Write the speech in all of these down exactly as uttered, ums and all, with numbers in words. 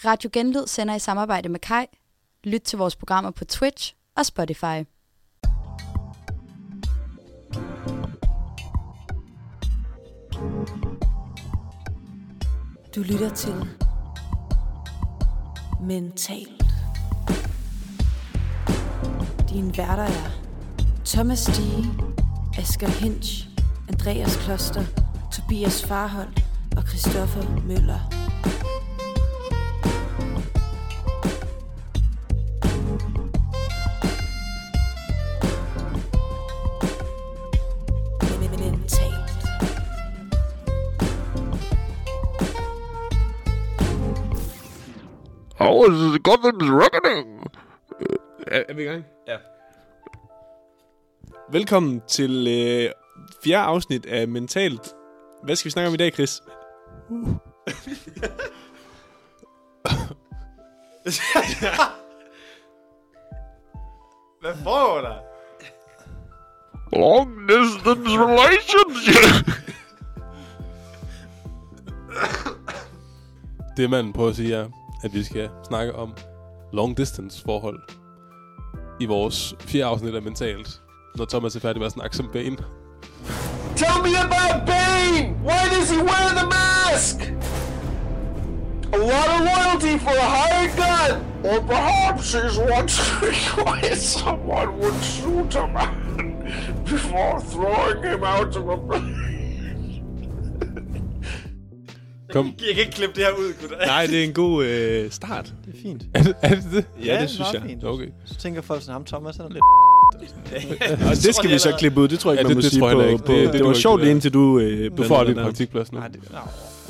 Radio Genlyd sender i samarbejde med Kai. Lyt til vores programmer på Twitch og Spotify. Du lytter til Mentalt. Dine værter er Thomas Stige, Asger Hinch, Andreas Kloster, Tobias Farholdt og Christoffer Møller. Oh, this is Gotham's reckoning. Er, er vi i gang? Ja. Velkommen til øh, fjerde afsnit af Mentalt. Hvad skal vi snakke om i dag, Chris? Uh. Hvad får der? Long distance relationship. Det manden prøver at sige er, at vi skal snakke om long distance forhold i vores fjerde afsnit af Mentalt, når Thomas er færdig med at snakke som Bane. Tell me about Bane! Why does he wear the mask? A lot of loyalty for a hired gun! Or perhaps he's wondering why someone would shoot a man before throwing him out of a plane. Kom. Jeg kan ikke klippe det her ud, gutter. Nej, det er en god øh, start. Det er fint. Er det er det? det? Ja, det synes jeg. Fint. Okay. Så tænker folk sådan, ham Thomas, han er lidt... Og det skal vi så klippe ud. Det tror jeg ikke, Ja, man det- må det sige tror jeg på. heller ikke. på Det- det, det det duer var ikke, sjovt det der. indtil du... Øh, Du får din der. praktikplads nu. Nej, det... No.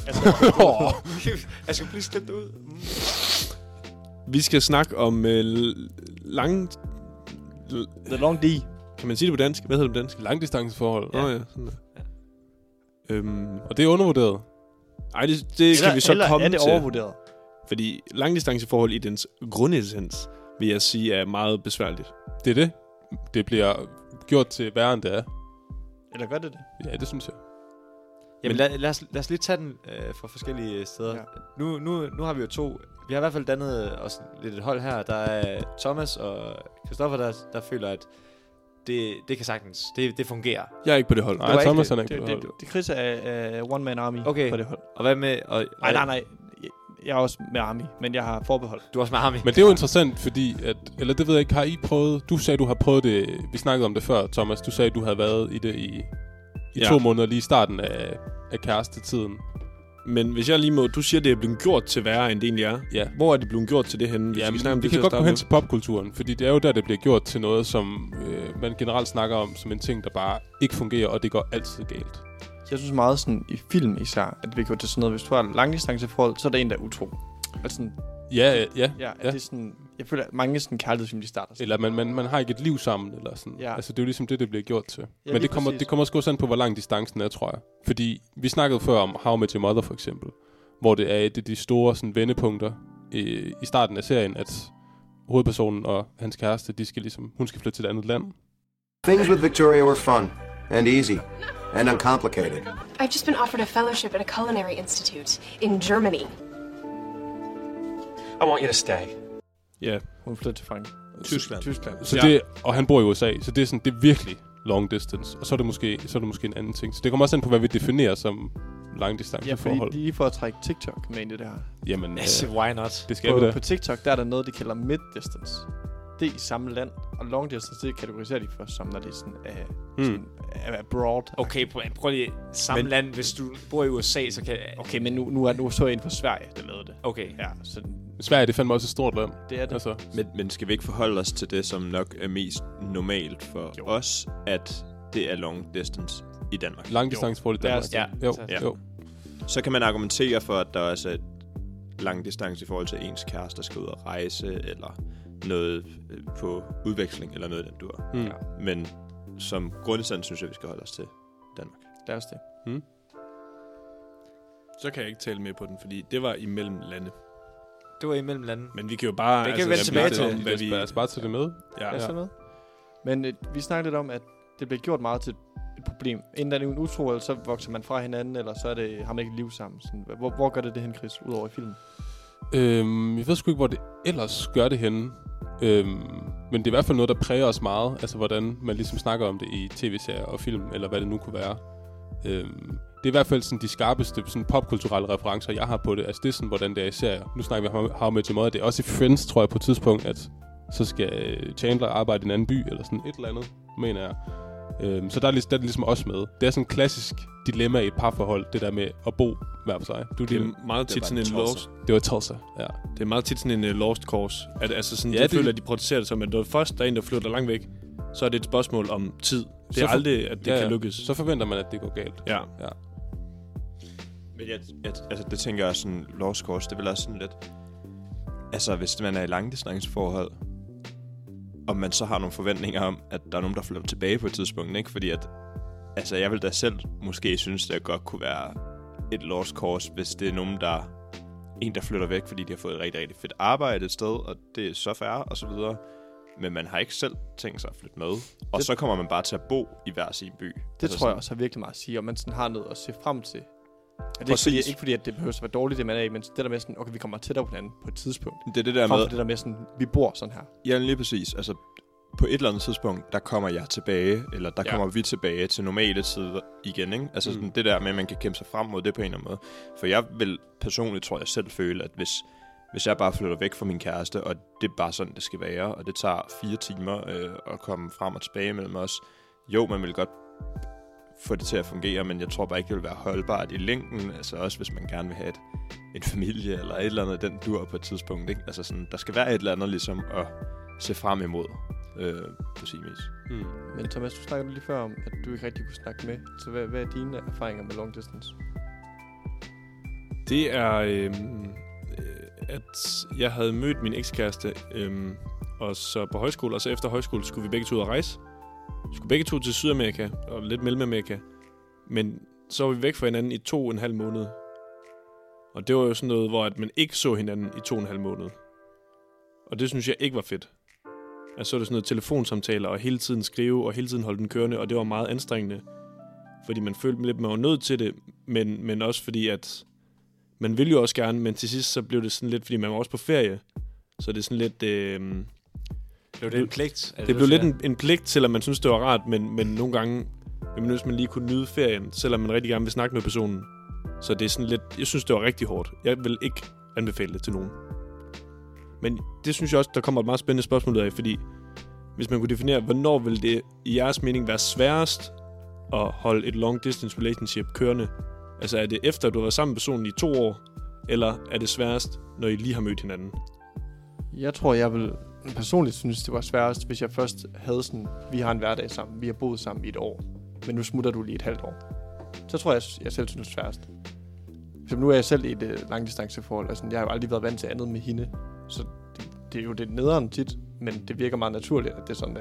Jeg skal blive slippet ud. Mm. Vi skal snakke om øh, lang... The long D. Kan man sige det på dansk? Hvad hedder det på dansk? Langdistanceforhold. Nå ja, sådan der. Ja. Øhm, Og det er undervurderet. ej, det, det skal Eller, vi så eller komme er det til. overvurderet? Fordi langdistanceforhold i dens grundessens, vil jeg sige, er meget besværligt. Det er det. Det bliver gjort til værre end det er. Eller gør det det? Ja, det synes jeg. Jamen lad, lad, os, lad os lige tage den øh, fra forskellige steder. Ja. Ja. Nu, nu, nu har vi jo to... Vi har i hvert fald dannet os lidt et hold her. Der er Thomas og Christoffer, der, der føler, at det, det kan sagtens. Det, det fungerer. Jeg er ikke på det hold. Nej, var ikke Thomas det. han er ikke Det, på det, det det, hold. det Chris er uh, one man army Okay. på det hold. Og hvad med... Og, Nej, nej, nej. Jeg, jeg er også med army, men jeg har forbehold. Du er også med Army. Men det er jo interessant, fordi at... Eller det ved jeg ikke, har I prøvet... Du sagde, du har prøvet det... Vi snakkede om det før, Thomas. Du sagde, du havde været i det i, i Ja. to måneder lige i starten af, af kærestetiden. Men hvis jeg lige må... Du siger, det er blevet gjort til værre, end det egentlig er. Ja. Hvor er det blevet gjort til det henne? Hvis Jamen, vi, snakker om vi det kan til at godt gå starte hen med? til popkulturen, fordi det er jo der, det bliver gjort til noget, som øh, man generelt snakker om som en ting, der bare ikke fungerer, og det går altid galt. Jeg synes meget sådan i film især, at vi går til sådan noget, hvis du har langdistanceforhold, så er der en, der er utro. Altså sådan, Ja, ja, ja, ja. ja. Det er sådan, jeg føler, at mange sådan kærlighedsfilm, de starter sådan. Eller man, man, man har ikke et liv sammen, eller sådan. Ja. Altså, det er jo ligesom det, det bliver gjort til. Ja, Men lige det kommer, præcis. det kommer også gå sådan på, hvor lang distancen er, tror jeg. Fordi vi snakkede før om How I Met Your Mother, for eksempel. Hvor det er et af de store sådan, vendepunkter i, i starten af serien, at hovedpersonen og hans kæreste, de skal ligesom, hun skal flytte til et andet land. Things with Victoria were fun and easy and uncomplicated. I've just been offered a fellowship at a culinary institute in Germany. I want you to stay. Ja. Hun flytter til Frankrig. Tyskland. Tyskland. Så Ja. det, og han bor i U S A, så det er sådan, det er virkelig long distance. Og så er det måske, så er det måske en anden ting. Så det kommer også an på, hvad vi definerer som langdistance Ja, fordi forhold. lige for at trække TikTok med ind i det her. Jamen, Altså, øh, why not? det skal På, vi da. på TikTok, der er der noget, de kalder mid-distance. Det er i samme land. Og long distance, det kategoriserer de først som, når det er sådan, uh, sådan uh, abroad. Okay, prøv, prøv lige. Samme Men- land, hvis du bor i U S A, så kan... Okay, men nu, nu, er, nu så jeg en fra Sverige, der lavede det. Okay. Ja, så Sverige, det er fandme også et stort land. det er det. Altså, Men, men skal vi ikke forholde os til det, som nok er mest normalt for Jo. os, at det er long distance i Danmark? langdistanceforhold i Lad Danmark. os- ja. Jo, Ja. jo. Så kan man argumentere for, at der også er lang distance i forhold til ens kæreste, der skal ud og rejse, eller noget øh, på udveksling, eller noget, den dur. Mm. Ja. Men som grundstand synes jeg, vi skal holde os til Danmark. Lad os det. Så kan jeg ikke tale med på den, fordi det var imellem lande. Det var imellem lande. Men vi kan jo bare... Det kan vi vende tilbage snakke til. om, hvad vi... Lad os bare tage det med. Ja. Lad os det med. Men øh, vi snakkede lidt om, at det bliver gjort meget til et problem. Enten er det en utro, eller så vokser man fra hinanden, eller så er det, har man ikke et liv sammen. Sådan, hvor, hvor gør det det hen, Chris, udover i filmen? Øhm, jeg ved sgu ikke, hvor det ellers gør det henne. Øhm, men det er i hvert fald noget, der præger os meget. Altså, hvordan man ligesom snakker om det i tv-serier og film, eller hvad det nu kunne være. Øhm, det er i hvert fald sådan de skarpeste sådan popkulturelle referencer, jeg har på det. Altså, det er sådan, hvordan det er i serier. Nu snakker vi om How I Met Your Mother. Det er også i Friends, tror jeg, på et tidspunkt, at så skal Chandler arbejde i en anden by, eller sådan et eller andet, mener jeg. Øhm, så der er, der er det ligesom også med. Det er sådan en klassisk dilemma i et parforhold, det der med at bo hver for sig. Du, det er meget tit sådan en lost... Det var Tulsa, ja. Det er meget tit sådan en uh, lost cause. At, altså sådan, ja, de det... føler, at de protesterer det som, at når først der er en, der flytter langt væk, så er det et spørgsmål om tid. Det er for... aldrig, at det ja, kan ja. lykkes. Så forventer man, at det går galt. Ja. ja. Men jeg, jeg, altså, det tænker jeg sådan, lost cause, det vil også sådan lidt... Altså, hvis man er i langdistanceforhold, og man så har nogle forventninger om, at der er nogen, der flytter tilbage på et tidspunkt, ikke? Fordi at... Altså, jeg vil da selv måske synes, det godt kunne være et lost cause, hvis det er nogen, der... En, der flytter væk, fordi de har fået et rigtig, rigtig fedt arbejde et sted, og det er så fair, og så videre. Men man har ikke selv tænkt sig at flytte med. Og det, så kommer man bare til at bo i hver sin by. Det altså tror sådan, jeg også har virkelig meget at sige, og man sådan har noget at se frem til. Det er Præcis. ikke fordi, ikke fordi, at det behøver at være dårligt, det man er i, men det der med sådan, okay, vi kommer tættere på hinanden på et tidspunkt. Det er det der Frem med... det der med sådan, vi bor sådan her. Ja, lige præcis. Altså, på et eller andet tidspunkt, der kommer jeg tilbage, eller der ja. kommer vi tilbage til normale tider igen, ikke? Altså mm. sådan det der med, at man kan kæmpe sig frem mod det på en eller anden måde. For jeg vil personligt, tror jeg selv, føle, at hvis, hvis jeg bare flytter væk fra min kæreste, og det er bare sådan, det skal være, og det tager fire timer øh, at komme frem og tilbage mellem os, jo, man vil godt få det til at fungere, men jeg tror bare ikke, det vil være holdbart i længden, altså også hvis man gerne vil have et, en familie, eller et eller andet, den dur på et tidspunkt, ikke? Altså sådan, der skal være et eller andet ligesom at se frem imod. Øh, på sin vis. Mm. Men Thomas, du snakkede lige før om, at du ikke rigtig kunne snakke med. Så hvad, hvad er dine erfaringer med long distance? Det er, øh, at jeg havde mødt min ekskæreste, øh, og så på højskole, og så efter højskole skulle vi begge to ud at rejse. Vi skulle begge to til Sydamerika, og lidt Mellemamerika. Men så var vi væk fra hinanden i to og en halv måned. Og det var jo sådan noget, hvor at man ikke så hinanden i to og en halv måned. Og det synes jeg ikke var fedt. Altså så er det sådan noget telefonsamtaler, og hele tiden skrive, og hele tiden holde den kørende, og det var meget anstrengende. Fordi man følte lidt, man var nødt til det, men, men også fordi, at man ville jo også gerne, men til sidst så blev det sådan lidt, fordi man var også på ferie. Så det er sådan lidt... Øh, blev det en pligt? Det, det blev lidt en, en pligt, selvom man synes, det var rart, men, men nogle gange, hvis man lige kunne nyde ferien, selvom man rigtig gerne vil snakke med personen. Så det er sådan lidt... Jeg synes, det var rigtig hårdt. Jeg vil ikke anbefale det til nogen. Men det synes jeg også, der kommer et meget spændende spørgsmål ud af, fordi hvis man kunne definere, hvornår vil det i jeres mening være sværest at holde et long distance relationship kørende? Altså er det efter, at du har været sammen med personen i to år, eller er det sværest, når I lige har mødt hinanden? Jeg tror, jeg vil personligt synes, det var sværest, hvis jeg først havde sådan, vi har en hverdag sammen, vi har boet sammen i et år, men nu smutter du lige et halvt år. Så tror jeg, jeg selv synes, det er sværest. For nu er jeg selv i et uh, langdistanceforhold, og sådan, jeg har jo aldrig været vant til andet med hende, så det, det er jo det nederen tit, men det virker meget naturligt, at det er sådan, der.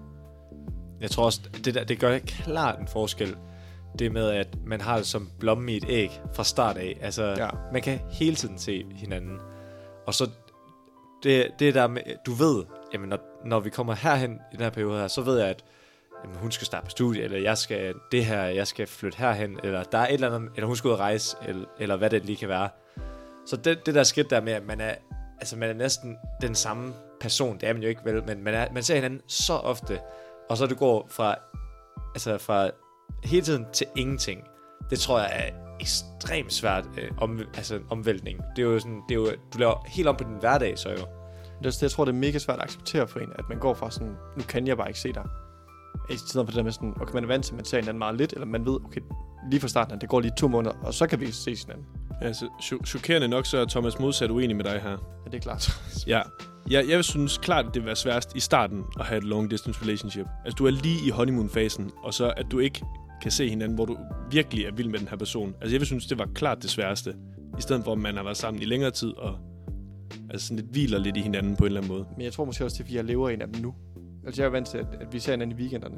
Jeg tror også, det, der, det gør klart en forskel. Det med, at man har det som blomme i et æg fra start af. Altså, ja. Man kan hele tiden se hinanden. Og så, det, det der med, du ved, jamen, når, når vi kommer herhen i den her periode her, så ved jeg, at jamen, hun skal starte på studie, eller jeg skal det her, jeg skal flytte herhen, eller der er et eller andet, eller hun skal ud og rejse, eller, eller hvad det lige kan være. Så det, det der skridt der med, at man er, altså, man er næsten den samme person, det er man jo ikke vel, men man, er, man ser hinanden så ofte, og så det går fra, altså fra hele tiden til ingenting. Det tror jeg er ekstremt svært øh, om, altså omvæltning. Det er jo sådan, det er jo, du laver helt om på din hverdag, så jo. Det, jeg tror, det er mega svært at acceptere for en, at man går fra sådan, nu kan jeg bare ikke se dig. I stedet for det der med sådan, okay, man er vant til, at man ser hinanden meget lidt, eller man ved, okay, lige fra starten, det går lige to måneder, og så kan vi se hinanden. Altså, chokerende nok, så er Thomas modsat uenig med dig her. Ja, det er klart. Ja, jeg, jeg synes klart, at det vil være sværest i starten at have et long distance relationship. Altså, du er lige i honeymoon-fasen, og så at du ikke kan se hinanden, hvor du virkelig er vild med den her person. Altså, jeg vil synes, det var klart det sværeste. I stedet for, at man har været sammen i længere tid, og altså sådan lidt hviler lidt i hinanden på en eller anden måde. Men jeg tror måske også, det er, fordi jeg lever en af dem nu. Altså, jeg er vant til, at, at vi ser hinanden i weekenderne.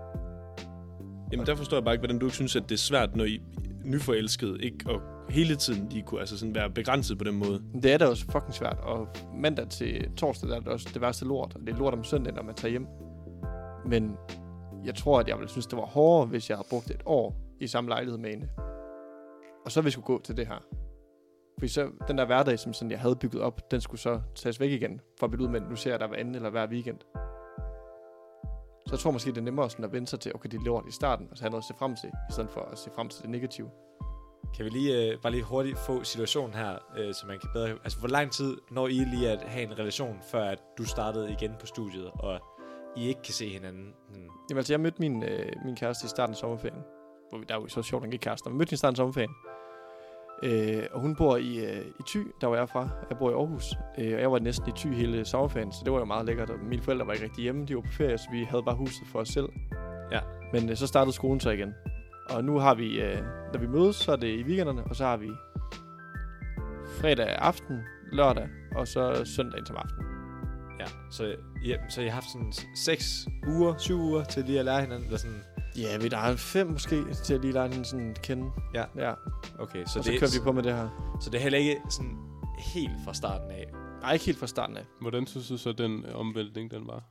Jamen, der forstår jeg bare ikke, hvordan du ikke synes, at det er svært, når I nyforelskede, ikke? Og hele tiden de kunne altså sådan være begrænset på den måde. Det er da også fucking svært, og mandag til torsdag der er det også det værste lort, og det er lort om søndag, når man tager hjem. Men jeg tror, at jeg ville synes, det var hårdere, hvis jeg havde brugt et år i samme lejlighed med hende. Og så vi skulle gå til det her. Fordi så, den der hverdag, som sådan, jeg havde bygget op, den skulle så tages væk igen, for at blive ud med, nu ser jeg der hver anden eller hver weekend. Så jeg tror måske, det er nemmere sådan at vende sig til, okay, det er lort i starten, og så have noget at se frem til, i stedet for at se frem til det negative. Kan vi lige, øh, bare lige hurtigt få situationen her, øh, så man kan bedre... Altså, hvor lang tid når I lige at have en relation, før at du startede igen på studiet, og I ikke kan se hinanden? Hmm. Jamen altså, jeg mødte min, øh, min kæreste i starten af sommerferien, hvor vi, der er jo så sjovt, at ikke kærester, men mødte hende i starten af sommerferien. Øh, og hun bor i, øh, i Thy, der var jeg fra. Jeg bor i Aarhus, øh, og jeg var næsten i Thy hele sommerferien, så det var jo meget lækkert. Og mine forældre var ikke rigtig hjemme, de var på ferie, så vi havde bare huset for os selv. Ja. Men øh, så startede skolen så igen. Og nu har vi, øh, når vi mødes, så er det i weekenderne, og så har vi fredag aften, lørdag, og så søndag indtil aften. Ja, så, ja, så I har haft sådan seks uger, syv uger til lige at lære hinanden, eller sådan... Ja, vi der er fem måske, til at lige lære hinanden sådan kende. Ja. Ja. Okay, så og det så kører vi på med det her. Så det er heller ikke sådan helt fra starten af? Nej, ikke helt fra starten af. Hvordan synes du så, den omvæltning, den var?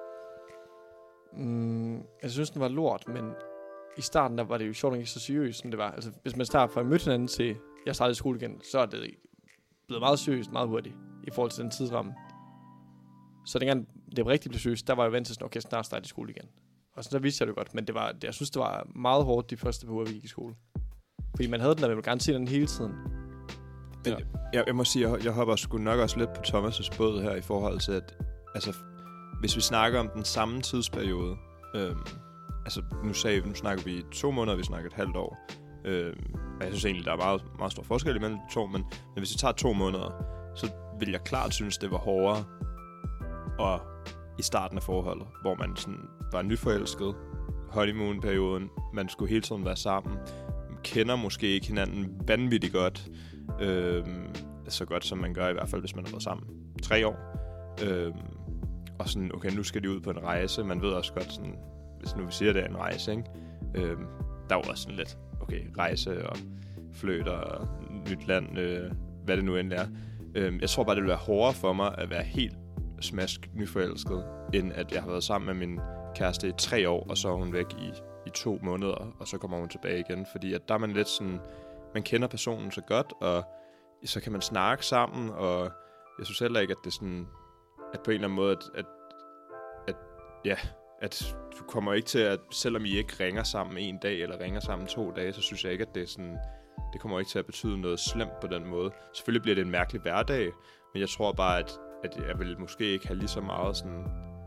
Mm, jeg synes, den var lort, men i starten der var det jo sjovt ikke så seriøst, som det var. Altså, hvis man starter fra at møde hinanden til, jeg startede i skole igen, så er det blevet meget seriøst, meget hurtigt, i forhold til den tidsramme. Så dengang det rigtig blev seriøst, der var jeg vant til sådan, okay, snart starte i skole igen. Og så der vidste jeg det godt, men det var, det, jeg synes, det var meget hårdt de første par uger, vi gik i skole. Fordi man havde den, og man ville gerne se den hele tiden. Ja. Jeg, jeg må sige, jeg, jeg hopper sgu nok også lidt på Thomas' båd her, i forhold til, at altså, hvis vi snakker om den samme tidsperiode, øhm, altså nu, sagde, nu snakker vi to måneder, vi snakker et halvt år. Øhm, og jeg synes egentlig, der er meget, meget stor forskel imellem de to, men, men hvis vi tager to måneder, så vil jeg klart synes, det var hårdere og i starten af forholdet, hvor man sådan var nyforelsket, honeymoon-perioden, man skulle hele tiden være sammen, man kender måske ikke hinanden vanvittigt godt, øhm, så godt som man gør i hvert fald, hvis man har været sammen tre år. Øhm, og sådan, okay, nu skal de ud på en rejse, man ved også godt, sådan, hvis nu vi siger, det er en rejse, ikke? Øhm, der var også sådan lidt, okay, rejse og fløjt og nyt land, øh, hvad det nu end er. Øhm, jeg tror bare, det ville være hårdere for mig at være helt smask nyforelsket, end at jeg har været sammen med min kæreste i tre år, og så er hun væk i, i to måneder, og så kommer hun tilbage igen. Fordi at der er man lidt sådan, man kender personen så godt, og så kan man snakke sammen, og jeg synes heller ikke, at det er sådan, at på en eller anden måde, at, at, at ja, at du kommer ikke til at, selvom I ikke ringer sammen en dag, eller ringer sammen to dage, så synes jeg ikke, at det er sådan, det kommer ikke til at betyde noget slemt på den måde. Selvfølgelig bliver det en mærkelig hverdag, men jeg tror bare, at at jeg vil måske ikke have lige så meget sådan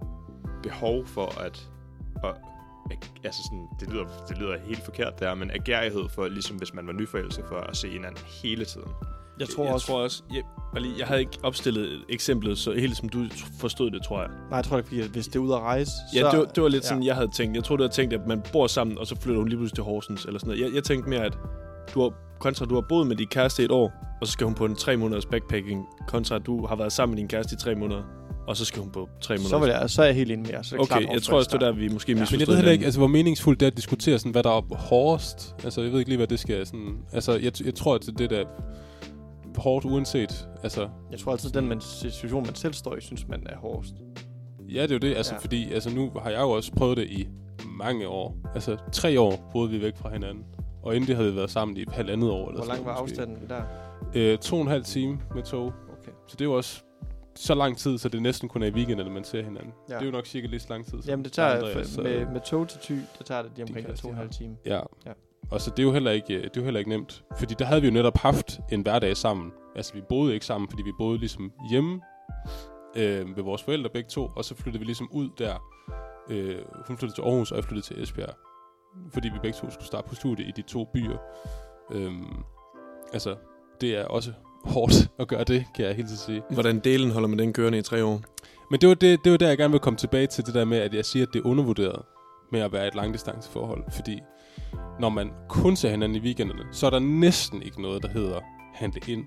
behov for at, og, altså sådan, det lyder, det lyder helt forkert der, men agerighed for, ligesom hvis man var nyforelsket, for at se hinanden hele tiden. Jeg tror jeg, også, jeg tror også, jeg, jeg havde ikke opstillet eksemplet så helt som du forstod det, tror jeg. Nej, jeg tror ikke, fordi hvis det er ude at rejse, ja, så... det, var, det var lidt ja. sådan, jeg havde tænkt. Jeg tror, du havde tænkt, at man bor sammen, og så flytter hun lige pludselig til Horsens, eller sådan noget. Jeg, jeg tænkte mere, at du har, kontra, du har boet med din kæreste i et år, og så skal hun på en tre måneders backpacking, kontra at du har været sammen med din kæreste i tre måneder, og så skal hun på tre måneder. Så, vil jeg, så er jeg helt inde med jer. Så okay, klart, jeg tror også, det der, vi måske ja. misforstod. Men jeg ved heller ikke, altså, hvor meningsfuldt det er at diskutere, sådan, hvad der er hårdest. Altså, jeg ved ikke lige, hvad det skal sådan... Altså, jeg, jeg tror, at det der hårdt uanset... Altså, jeg tror altid, den man, situation, man selv står i, synes man er hårdest. Ja, det er jo det. Altså, ja. Fordi altså, nu har jeg jo også prøvet det i mange år. Altså, tre år boede vi væk fra hinanden. Og inden det havde vi været sammen i et halvandet år. Eller hvor lang var afstanden der? Øh, to og en halv time med tog. Okay. Så det er jo også så lang tid, så det næsten kun er i weekenden, at man ser hinanden. Ja. Det er jo nok cirka lige så lang tid. Jamen det tager, Andreas, med, med tog til Thy, der tager det de omkring de to og en halv time. Ja. ja. Og så det er jo heller ikke, det er jo heller ikke nemt. Fordi der havde vi jo netop haft en hverdag sammen. Altså vi boede ikke sammen, fordi vi boede ligesom hjemme øh, ved vores forældre begge to. Og så flyttede vi ligesom ud der. Øh, hun flyttede til Aarhus, og jeg flyttede til Esbjerg. Fordi vi begge to skulle starte på studie i de to byer. Øhm, altså, det er også hårdt at gøre det, kan jeg helt sige. Hvordan delen holder man den kørende i tre år? Men det var, det, det var der, jeg gerne vil komme tilbage til, det der med, at jeg siger, at det er undervurderet med at være et langdistanceforhold. Fordi når man kun ser hinanden i weekenderne, så er der næsten ikke noget, der hedder handle ind,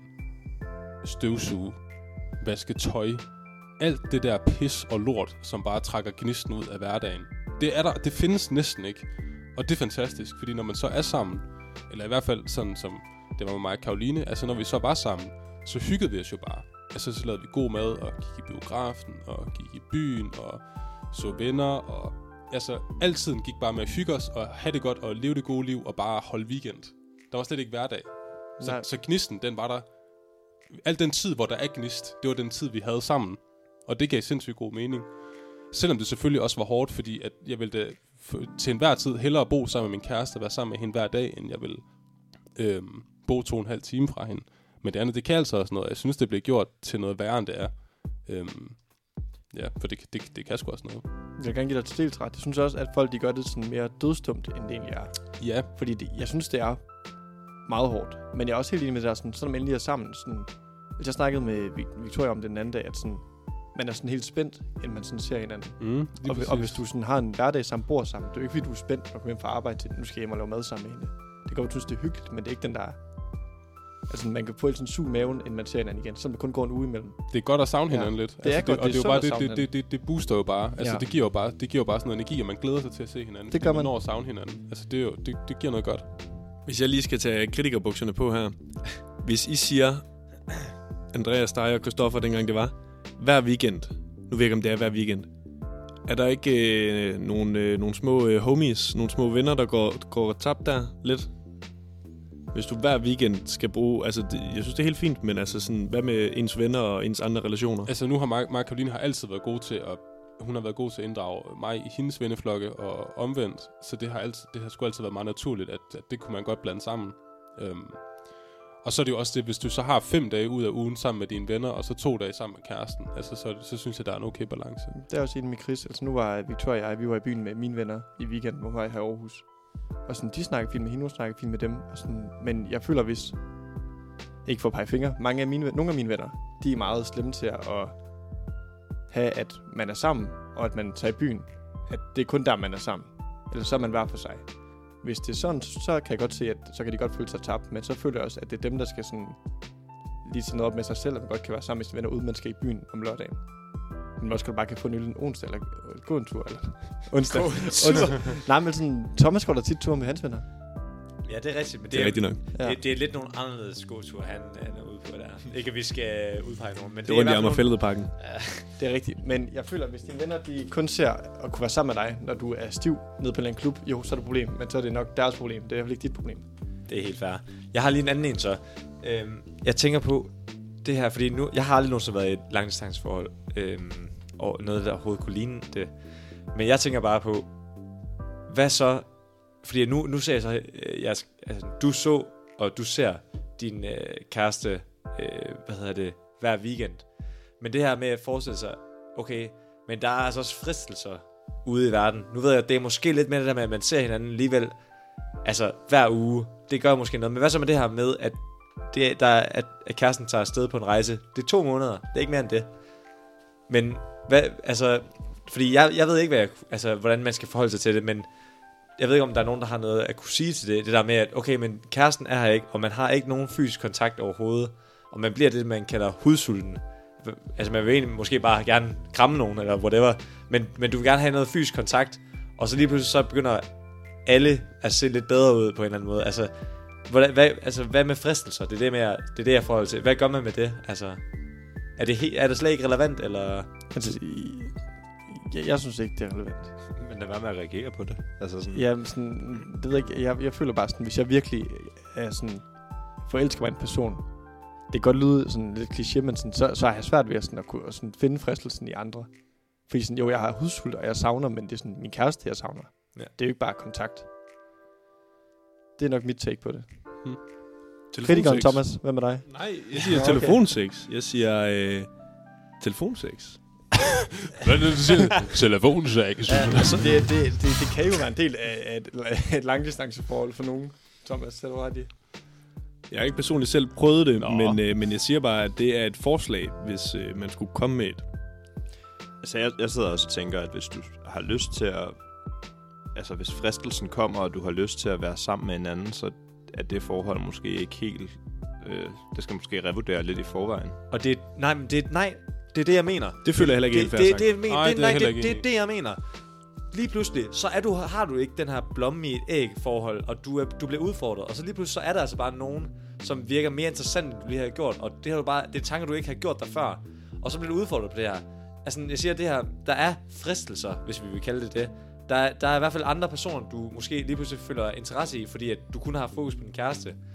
støvsuge, vaske tøj. Alt det der pis og lort, som bare trækker gnisten ud af hverdagen. Det er der, det findes næsten ikke. Og det er fantastisk, fordi når man så er sammen, eller i hvert fald sådan som det var med mig og Karoline, altså når vi så var sammen, så hyggede vi os jo bare. Altså så lavede vi god mad, og gik i biografen, og gik i byen, og så venner, og altså altid gik bare med at hygge os, og have det godt, og leve det gode liv, og bare holde weekend. Der var slet ikke hverdag. Så, så gnisten, den var der al den tid, hvor der er gnist, det var den tid, vi havde sammen. Og det gav sindssygt god mening. Selvom det selvfølgelig også var hårdt, fordi at jeg ville da til enhver tid hellere bo sammen med min kæreste og være sammen med hende hver dag, end jeg ville øhm, bo to og en halv time fra hende. Men det andet, det kan altså også noget. Jeg synes, det bliver gjort til noget værre, end det er. Øhm, ja, for det, det, det kan sgu også noget. Jeg kan gerne give dig til dels ret. Jeg synes også, at folk de gør det sådan mere dødstumt, end det egentlig er. Ja. Fordi det, jeg synes, det er meget hårdt. Men jeg er også helt enig med det der, sådan, så når man endelig er sammen. Sådan, jeg snakkede med Victoria om det den anden dag, at sådan, man er sådan helt spændt, inden man sådan ser hinanden. Mm, og, og hvis du sådan har en hverdag sammen, bor sammen, det er jo ikke fordi, du er spændt, når du kommer hjem fra arbejde til, nu skal jeg hjem og lave mad sammen med hende. Det kan godt synes, det er hyggeligt, men det er ikke den, der er. Altså, man kan få helt sådan sug i maven, inden man ser hinanden igen, så det kun går en uge imellem. Det er godt at savne hinanden ja. lidt. Det er altså, godt, det, det, og det det er jo bare det, det, det, det, det booster jo bare. Altså, ja. det giver jo bare, det giver jo bare sådan noget energi, og man glæder sig til at se hinanden. Det gør man. Man når at savne hinanden. Altså, det, er jo, det, det giver noget godt. Hvis jeg lige skal tage kritikerbukserne på her. Hvis I siger, Andreas, dig og Christoffer, dengang det var, hver weekend, nu ved jeg ikke, om det er hver weekend, er der ikke øh, nogle, øh, nogle små øh, homies, nogle små venner, der går, går tabt der lidt? Hvis du hver weekend skal bruge, altså det, jeg synes det er helt fint, men altså sådan, hvad med ens venner og ens andre relationer? Altså nu har Maja Caroline har altid været god til at, hun har været god til at inddrage mig i hendes venneflokke og omvendt, så det har altid, det har sgu altid været meget naturligt, at, at det kunne man godt blande sammen. Øhm, og så er det jo også det, hvis du så har fem dage ud af ugen sammen med dine venner, og så to dage sammen med kæresten, altså så, så synes jeg, der er en okay balance. Det er også enig med Chris, altså nu var Victoria og jeg, vi var i byen med mine venner i weekenden, hvor var jeg her i Aarhus. Og sådan, de snakker fint med hende, hun snakker fint med dem. Og sådan, men jeg føler, hvis... Ikke for at pege fingre. Mange af mine, nogle af mine venner, de er meget slemme til at have, at man er sammen, og at man tager i byen. At det er kun der, man er sammen. Eller så er man hver for sig. Hvis det er sådan, så kan jeg godt se, at så kan de godt føle sig tabt. Men så føler jeg også, at det er dem, der skal sådan lige tage noget op med sig selv, at man godt kan være sammen med sine venner, uden man skal i byen om lørdagen. Men også kan du bare kan få en øl en onsdag, eller gå en tur, eller onsdag. onsdag. Nej, men sådan, Thomas går der tit tur med hans venner. Ja, det er rigtigt, men det, det er, er rigtigt nok. Det, ja. det er lidt nogle anderledes gåture, han, han er ude på der. Ikke at vi skal udpege nogen, men det er rundt i Amagerfælledparken. Ja, det er rigtigt. Men jeg føler, at hvis dine venner de kun ser at kunne være sammen med dig, når du er stiv nede på en klub, jo, så er det et problem. Men så er det nok deres problem. Det er i hvert fald ikke dit problem. Det er helt fair. Jeg har lige en anden en så. Øhm, jeg tænker på det her, fordi nu, jeg har aldrig nogensinde været i et langdistanceforhold. Øhm, og noget, der overhovedet kunne ligne det. Men jeg tænker bare på, hvad så... Fordi nu, nu ser jeg så... Øh, jeg, altså, du så, og du ser din øh, kæreste, øh, hvad hedder det, hver weekend. Men det her med at forestille sig, okay, men der er altså også fristelser ude i verden. Nu ved jeg, det er måske lidt med det der med, at man ser hinanden alligevel, altså hver uge. Det gør måske noget. Men hvad så med det her med, at, det, der, at, at kæresten tager afsted på en rejse? Det er to måneder. Det er ikke mere end det. Men hvad, altså, fordi jeg, jeg ved ikke, hvad jeg, altså, hvordan man skal forholde sig til det, men jeg ved ikke, om der er nogen, der har noget at kunne sige til det. Det der med, at okay, men kæresten er her ikke, og man har ikke nogen fysisk kontakt overhovedet, og man bliver det, man kalder hudsulten. Altså, man vil egentlig måske bare gerne kramme nogen, eller whatever, men, men du vil gerne have noget fysisk kontakt, og så lige pludselig så begynder alle at se lidt bedre ud på en eller anden måde. Altså, hvad, hvad, altså, hvad med fristelser? Det er det, med, det er det, jeg forholder til. Hvad gør man med det? Altså... Er det, he- er det slet ikke relevant, eller? Altså, jeg, jeg synes ikke, det er relevant. Men lad være med at reagere på det. Altså sådan... Ja, sådan, det ved jeg ikke. Jeg, jeg føler bare sådan, hvis jeg virkelig er sådan, forelsker mig en person, det kan godt lyde sådan lidt kliché, men sådan, så, så har jeg svært ved at, sådan, at kunne at sådan, finde fristelsen i andre. Fordi sådan, jo, jeg har hudsult, og jeg savner, men det er sådan min kæreste, jeg savner. Ja. Det er jo ikke bare kontakt. Det er nok mit take på det. Hmm. Kritikeren Thomas, hvad med dig? Nej, jeg siger okay. telefonsex. Jeg siger øh, telefonsex. Hvad er det, du siger? Telefonsex. Ja, altså, det, det, det, det kan jo være en del af et, et langdistanceforhold for nogen. Thomas, selv ret i. Jeg har ikke personligt selv prøvet det, men, øh, men jeg siger bare, at det er et forslag, hvis øh, man skulle komme med et. Altså, jeg, jeg sidder også og tænker, at hvis du har lyst til at... Altså, hvis fristelsen kommer, og du har lyst til at være sammen med en anden, så er det forhold måske ikke helt... Øh, det skal måske revurdere lidt i forvejen. Og det... Nej, men det... Nej, det er det, jeg mener. Det føler jeg heller ikke det, helt fair det, sagt. det, det, nej, det, det, er nej, det, det, det er det, jeg mener. Lige pludselig, så er du, har du ikke den her blomme i et æg-forhold, og du, er, du bliver udfordret. Og så lige pludselig, så er der altså bare nogen, som virker mere interessant, end du lige har gjort. Og det, har du bare, det er tanker, du ikke har gjort dig før. Og så bliver du udfordret på det her. Altså, jeg siger det her, der er fristelser, hvis vi vil kalde det det. Der, der er i hvert fald andre personer, du måske lige pludselig føler interesse i, fordi at du kun har fokus på din kæreste.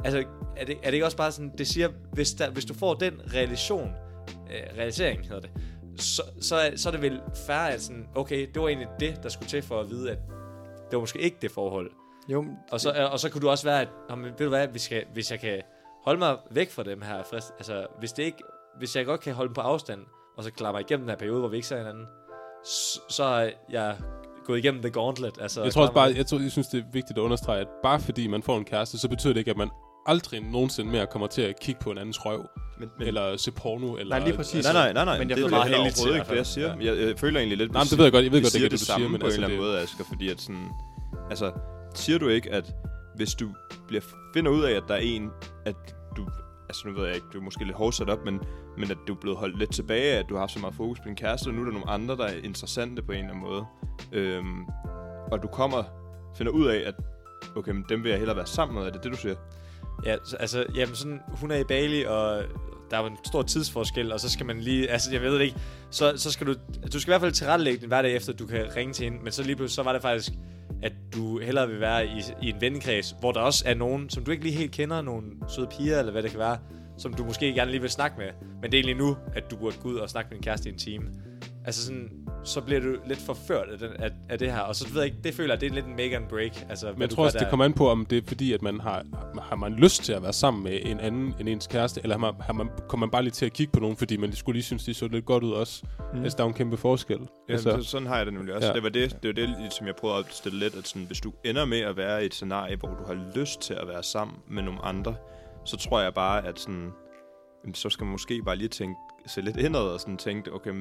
altså, er det, er det ikke også bare sådan, det siger, hvis, der, hvis du får den realisation, øh, realisering hedder det, så, så, er, så er det vel fair, at sådan, okay, det var egentlig det, der skulle til for at vide, at det var måske ikke det forhold. Jo, og, så, og så kunne du også være, at, jamen, ved du hvad, vi skal, hvis jeg kan holde mig væk fra dem her, frist, altså, hvis, det ikke, hvis jeg godt kan holde dem på afstand, og så klare mig igennem den her periode, hvor vi ikke ser hinanden, så, så er jeg gået igennem the gauntlet. Altså, jeg tror også bare, jeg, tror, jeg synes, det er vigtigt at understrege, at bare fordi man får en kæreste, så betyder det ikke, at man aldrig nogensinde mere kommer til at kigge på en andens røv. Men, men, eller se porno. Eller, nej, lige præcis. Nej, nej, nej. nej. Men jeg det er meget heldigt overhovedet ikke, det jeg siger. Ja. Jeg, jeg føler egentlig lidt, nej, det ved jeg godt. Jeg ved godt, det siger ikke, det, det samme siger, men på altså en eller anden måde, Asger, fordi at sådan, altså, siger du ikke, at hvis du bliver, finder ud af, at der er en, at du, altså nu ved jeg ikke, du er måske lidt hårdt sat op, men, men at du er blevet holdt lidt tilbage, at du har haft så meget fokus på din kæreste, og nu er der nogle andre, der er interessante på en eller anden måde. Øhm, og du kommer, finder ud af, at okay, men dem vil jeg hellere være sammen med, er det det, du siger? Ja, altså, jamen sådan, hun er i Bali, og der er jo en stor tidsforskel, og så skal man lige, altså jeg ved det ikke, så, så skal du, du skal i hvert fald tilrettelægge din hverdag efter, at du kan ringe til hende, men så lige pludselig, så var det faktisk, at du hellere vil være i, i en vennekreds, hvor der også er nogen, som du ikke lige helt kender, nogle søde piger, eller hvad det kan være, som du måske gerne lige vil snakke med, men det er egentlig nu, at du burde gå ud og snakke med din kæreste i en time. Altså sådan, så bliver du lidt forført af, den, af, af det her, og så ved jeg ikke, det føler jeg, det er lidt en make and break. Altså, men jeg tror også, det kommer an på, om det er fordi, at man har, har man lyst til at være sammen med en anden end ens kæreste, eller har man, har man, kommer man bare lige til at kigge på nogen, fordi man skulle lige synes, de så lidt godt ud også. Mm. Altså, der er en kæmpe forskel. Ja, altså, så, sådan har jeg det nemlig også. Ja. Det var det, det, var det, som jeg prøvede at opstille lidt, at sådan, hvis du ender med at være i et scenarie, hvor du har lyst til at være sammen med nogle andre, så tror jeg bare, at sådan, så skal man måske bare lige tænke, se lidt indad og sådan tænke, okay,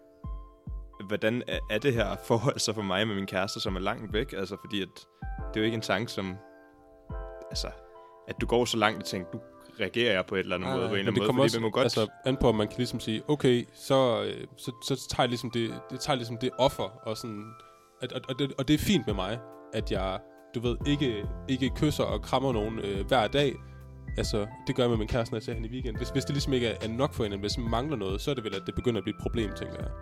hvordan er det her forhold så for mig med min kæreste, som er langt væk? Altså, fordi at det er jo ikke en tanke, som... Altså, at du går så langt og tænker, du reagerer jeg på et eller andet ah, måde, på en eller anden måde, fordi også, man må godt... Altså, an på, at man kan ligesom sige, okay, så, så, så tager jeg ligesom det, det, tager ligesom det offer, og sådan... At, og, og, det, og det er fint med mig, at jeg, du ved, ikke, ikke kysser og krammer nogen øh, hver dag. Altså, det gør jeg med min kæreste, når jeg ser hende i weekend. Hvis, hvis det ligesom ikke er nok for hende, hvis man mangler noget, så er det vel, at det begynder at blive et problem, tænker jeg.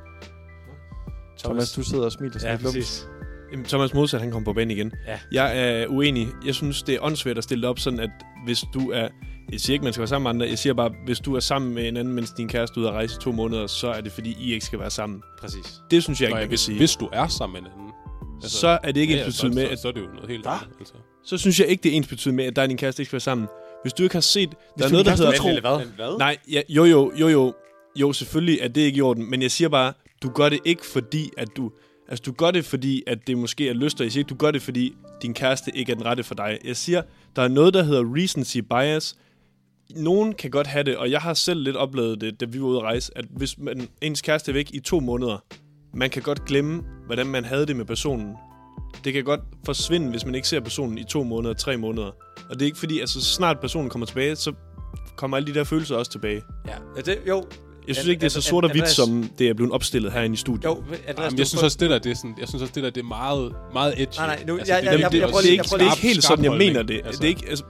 Thomas, du sidder og smiler sådan ja, lidt Jamen, Thomas modsat, han kommer på banen igen. Ja. Jeg er uenig. Jeg synes, det er åndssvært at stille det op sådan, at hvis du er... Jeg siger ikke, man skal være sammen med andre. Jeg siger bare, hvis du er sammen med en anden, mens din kæreste er ude at rejse i to måneder, så er det, fordi I ikke skal være sammen. Præcis. Det synes jeg ikke, Nå, man ja, kan hvis, sige. Hvis du er sammen med en anden, altså, så er det ikke ja, ensbetydende med, så, at... Så, så er det jo noget helt andet. Altså. Så synes jeg ikke, det er ensbetydende med, at dig og din kæreste ikke skal være sammen. Hvis du ikke har set... Hvis der er noget, der hedder... Tro. Hvad? Hvad? Nej, ja, jo, jo, jo, jo. Jo, selvfølgelig er det ikke i orden. Men jeg siger bare, du gør det ikke fordi, at du... Altså, du gør det, fordi at det måske er lyst, og jeg siger ikke, du gør det, fordi din kæreste ikke er den rette for dig. Jeg siger, der er noget, der hedder recency bias. Nogen kan godt have det, og jeg har selv lidt oplevet det, da vi var ude at rejse, at hvis man, ens kæreste er væk i to måneder, man kan godt glemme, hvordan man havde det med personen. Det kan godt forsvinde, hvis man ikke ser personen i to måneder, tre måneder. Og det er ikke fordi, altså så snart personen kommer tilbage, så kommer alle de der følelser også tilbage. Ja, det, jo... Jeg synes ikke, det er så sort og hvidt, som det er blevet opstillet herinde i studiet. Jo, Andreas, Jamen, jeg synes også, det der, det er sådan, jeg synes også, det der, det er meget, meget edgy. Nej, nej, nu, altså, jeg, det, jeg, jeg, det, jeg, det, prøver det, lige, er ikke, det er ikke helt sådan, jeg mener det. Altså. Det er ikke, altså...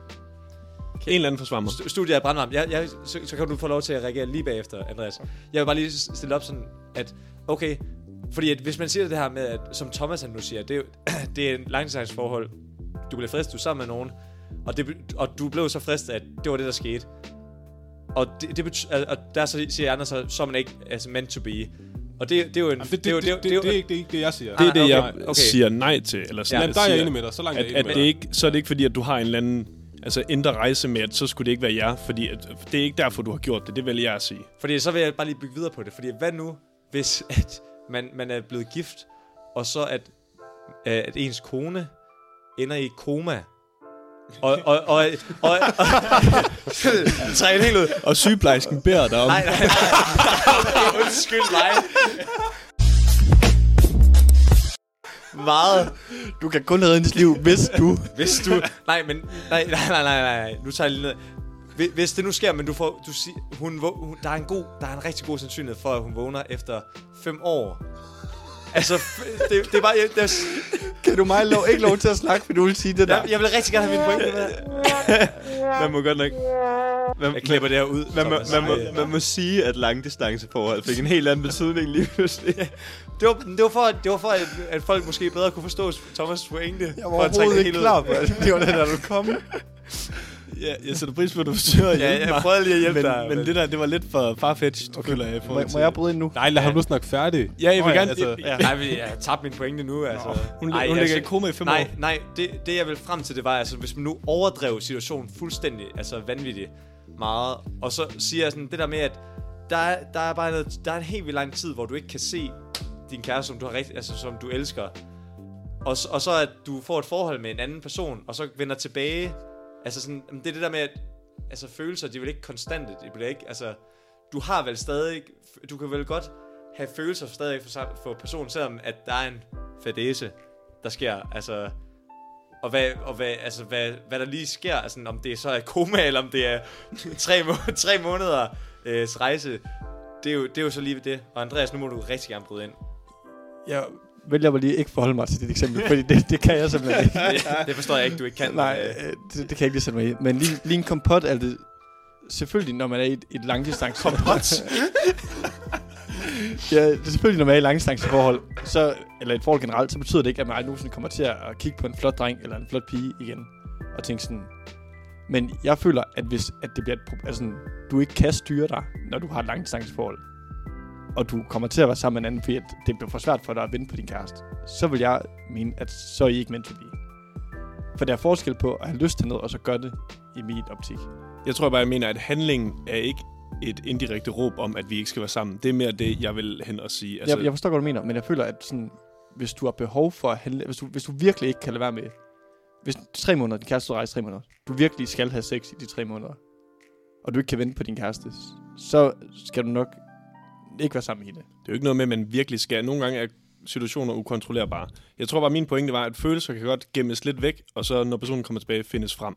En eller anden forsvar mig. Studiet er brandvarmt. Jeg, jeg, så, så kan du få lov til at reagere lige bagefter, Andreas. Jeg vil bare lige stille op sådan, at okay, fordi at hvis man siger det her med, at, som Thomas han nu siger, det er, jo, det er en langtidsforhold. Du bliver fristet, du er sammen med nogen, og, det, og du blev så fristet, at det var det, der skete. Og, det, det betyder, og der så siger andre så, så er man ikke altså meant to be. Og det, det er jo en... Det, det, det, det, det, det, det er ikke det, det, jeg siger. Det er det, jeg okay. Okay. siger nej til. Eller sådan, ja, der er jeg enig med dig, så langt at, er jeg enig med at det ikke, så er det ikke fordi, at du har en eller anden altså, indre rejse med, at så skulle det ikke være jer. Fordi at, det er ikke derfor, du har gjort det. Det vil jeg at sige. Fordi så vil jeg bare lige bygge videre på det. Fordi hvad nu, hvis at man, man er blevet gift, og så at, at ens kone ender i koma, Og, og, og, og, og, og træk helt ud. Og sygeplejersken beder dig om. Nej, nej, nej. Undskyld mig. Meget. Du kan kun redde hendes liv, hvis du... Hvis du... Nej, men... Nej, nej, nej, nej, nej. Nu tager jeg lige ned. Hvis det nu sker, men du får... Du sig, hun, hun, der er en god... Der er en rigtig god sandsynlighed for, at hun vågner efter fem år. Altså, det, det er bare... Det er, kan du mig lov, ikke lov til at snakke, for du vil sige det der? Jeg, jeg vil rigtig gerne have min pointe med. Man må godt nok... Man, jeg klipper det her ud. Man, man, man, må, man må sige, at langdistanceforhold fik en helt anden betydning lige pludselig. Det var, det var for, at, det var for at, at folk måske bedre kunne forstå Thomas' pointe. Jeg var overhovedet ikke klar på, at det var den der, du kom. Ja, jeg sætter pris på, at du forsøger at hjælpe Ja, mig. jeg prøvede lige at hjælpe men, dig. Men, men det der, det var lidt for farfetched, Okay. føler jeg. i Må, forhold må til- jeg bryde ind nu? Nej, lad ham nu snakke færdig. Ja, jeg vil Nå ja, gerne... altså, jeg- ja. Nej, men jeg har tabt min pointe nu, altså. Hun, Nej, hun jeg ligger i sy- koma i fem Nej, år. nej, det, det jeg vil frem til, det var, altså, hvis man nu overdrev situationen fuldstændig, altså vanvittigt meget, og så siger jeg sådan, det der med, at der er, der er bare noget, der er en helt vildt lang tid, hvor du ikke kan se din kæreste, som du har rigtig, altså som du elsker, og, og så at du får et forhold med en anden person, og så vender tilbage, altså sådan, det er det der med, at altså følelser, de er vel ikke konstante, de bliver ikke, altså, du har vel stadig, du kan vel godt have følelser stadig for, for personen, selvom at der er en fadese, der sker, altså, og hvad, og hvad, altså, hvad, hvad der lige sker, altså, om det så er koma, eller om det er tre, må- tre måneder øh, rejse, det er, jo, det er jo så lige ved det. Og Andreas, nu må du rigtig gerne bryde ind. Jeg vælger mig lige ikke forholde mig til dit eksempel, fordi det, det kan jeg simpelthen ikke. Det, det forstår jeg ikke, du ikke kan. Nej, men, øh, det, det kan jeg ikke lige sætte mig i. Men lige, lige en kompot er det selvfølgelig, når man er i et, et langdistance. Kompot? Ja, det er selvfølgelig, når man er i langdistanceforhold, så, eller et forhold generelt, så betyder det ikke, at man aldrig nogensinde kommer til at kigge på en flot dreng eller en flot pige igen, og tænke sådan. Men jeg føler, at hvis at det bliver et problem, altså sådan, du ikke kan styre dig, når du har et langdistanceforhold, og du kommer til at være sammen med en anden, fordi at det bliver for svært for dig at vinde på din kæreste, så vil jeg mene, at så er I ikke meant to be. For der er forskel på at have lyst til noget, og så gøre det i min optik. Jeg tror bare, jeg mener, at handlingen er ikke et indirekte råb om, at vi ikke skal være sammen. Det er mere det, jeg vil hen og sige. Altså, jeg, jeg forstår, hvad du mener, men jeg føler, at sådan, hvis du har behov for at handle, hvis du, hvis du virkelig ikke kan lade være med, hvis tre måneder, din kæreste rejser tre måneder, du virkelig skal have sex i de tre måneder, og du ikke kan vente på din kæreste, så skal du nok ikke være sammen i det. Det er jo ikke noget med, at man virkelig skal. Nogle gange er situationer ukontrollerbare. Jeg tror bare, min pointe var, at følelser kan godt gemmes lidt væk, og så når personen kommer tilbage, findes frem.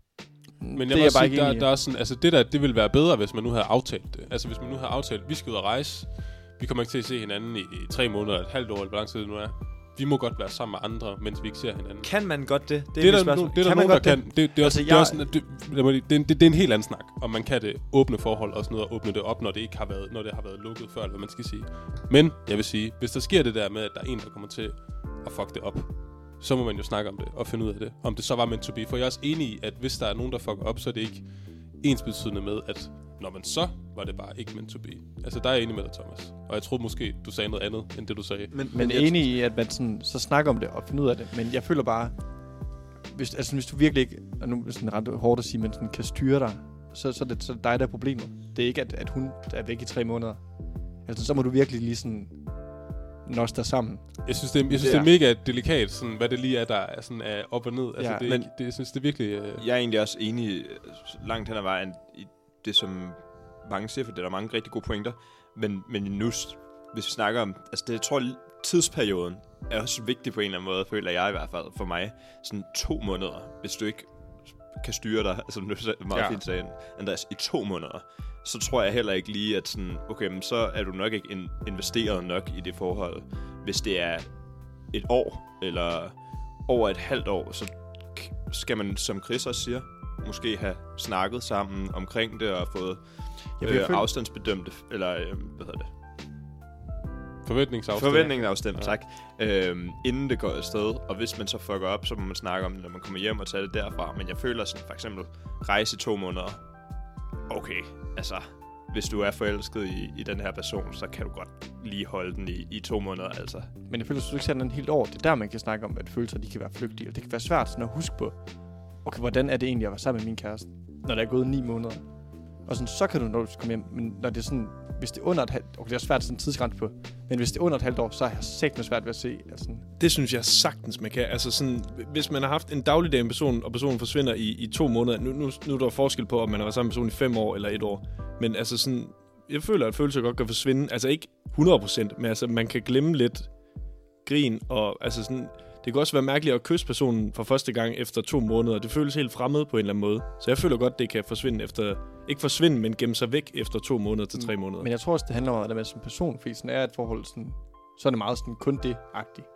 Men det jeg er må bare sige, der, ikke der er sådan, altså det der, det ville være bedre, hvis man nu havde aftalt det. Altså hvis man nu havde aftalt, vi skal ud og rejse, vi kommer ikke til at se hinanden i, i tre måneder, et halvt år, eller hvor lang tid det nu er. Vi må godt være sammen med andre, mens vi ikke ser hinanden. Kan man godt det? Det er, det er der, no, det er der nogen, der kan. Det, det, er også, altså, det, er også, det, det, det, det er en helt anden snak, om man kan det åbne forhold og sådan noget, og åbne det op, når det ikke har været, når det har været lukket før, eller hvad man skal sige. Men jeg vil sige, hvis der sker det der med, at der er en, der kommer til at fuck det op, så må man jo snakke om det og finde ud af det. Om det så var meant to be. For jeg er også enig i, at hvis der er nogen, der fucker op, så er det ikke ensbetydende med, at når man så var det bare ikke meant to be. Altså, der er jeg enig med dig, Thomas. Og jeg troede måske, du sagde noget andet, end det du sagde. Men, men enig i, at man sådan, så snakker om det og finder ud af det. Men jeg føler bare, hvis, altså, hvis du virkelig ikke, og nu er det sådan ret hårdt at sige, men sådan kan styre dig, så, så, er det, så er det dig, der er problemet. Det er ikke, at, at hun er væk i tre måneder. Altså, så må du virkelig lige sådan nås der sammen. Jeg synes, det er, jeg synes, ja. det er mega delikat, sådan, hvad det lige er, der er, sådan, er op og ned. Altså, Ja, det, men- det, jeg synes, det er virkelig... Øh... Jeg er egentlig også enig øh, langt hen ad vejen i det, som mange siger, for det er der mange rigtig gode pointer. Men, men nu, s- hvis vi snakker om... Altså, det, jeg tror, tidsperioden er også vigtig på en eller anden måde, føler jeg i hvert fald for mig. Sådan to måneder, hvis du ikke kan styre dig, altså du meget Ja. fint sagde, Andreas, i to måneder, så tror jeg heller ikke lige, at sådan, okay, men så er du nok ikke in- investeret nok i det forhold. Hvis det er et år, eller over et halvt år, så k- skal man, som Chris også siger, måske have snakket sammen omkring det, og fået Jeg øh, føler- afstandsbedømt, eller øh, hvad hedder det? Forventningsafstemning. Forventningsafstemt, Ja. tak. Øhm, inden det går afsted, og hvis man så fucker op, så må man snakke om det, når man kommer hjem og tage det derfra. Men jeg føler sådan, for eksempel, rejse i to måneder. Okay, altså, hvis du er forelsket i, i den her person, så kan du godt lige holde den i, i to måneder, altså. Men jeg føler, at du ikke sætter den helt over. Det er der, man kan snakke om, at følelser de kan være flygtige. Og det kan være svært sådan at huske på, okay, hvordan er det egentlig at være sammen med min kæreste, når der er gået ni måneder. Og sådan, så kan du, når du kommer hjem, men når det er sådan, hvis det er under et halvt, okay, det er svært sådan en tidsgrænse på, men hvis det er under et halvt år, så er jeg sæt med svært ved at se, at sådan, Det synes jeg sagtens, man kan. Altså sådan, hvis man har haft en dagligdag med person, og personen forsvinder i, i to måneder, nu, nu, nu er der forskel på, om man har været sammen med personen i fem år eller et år. Men altså sådan, jeg føler, at følelser godt kan forsvinde. Altså ikke hundrede procent, men altså man kan glemme lidt grin, og altså sådan, det kan også være mærkeligt at kysse personen for første gang efter to måneder. Det føles helt fremmed på en eller anden måde. Så jeg føler godt, det kan forsvinde efter, ikke forsvinde, men gemme sig væk efter to måneder til tre måneder. Men jeg tror også, det handler om, at det med som person, fordi sådan er et forhold, sådan, så er det meget sådan kun det-agtigt.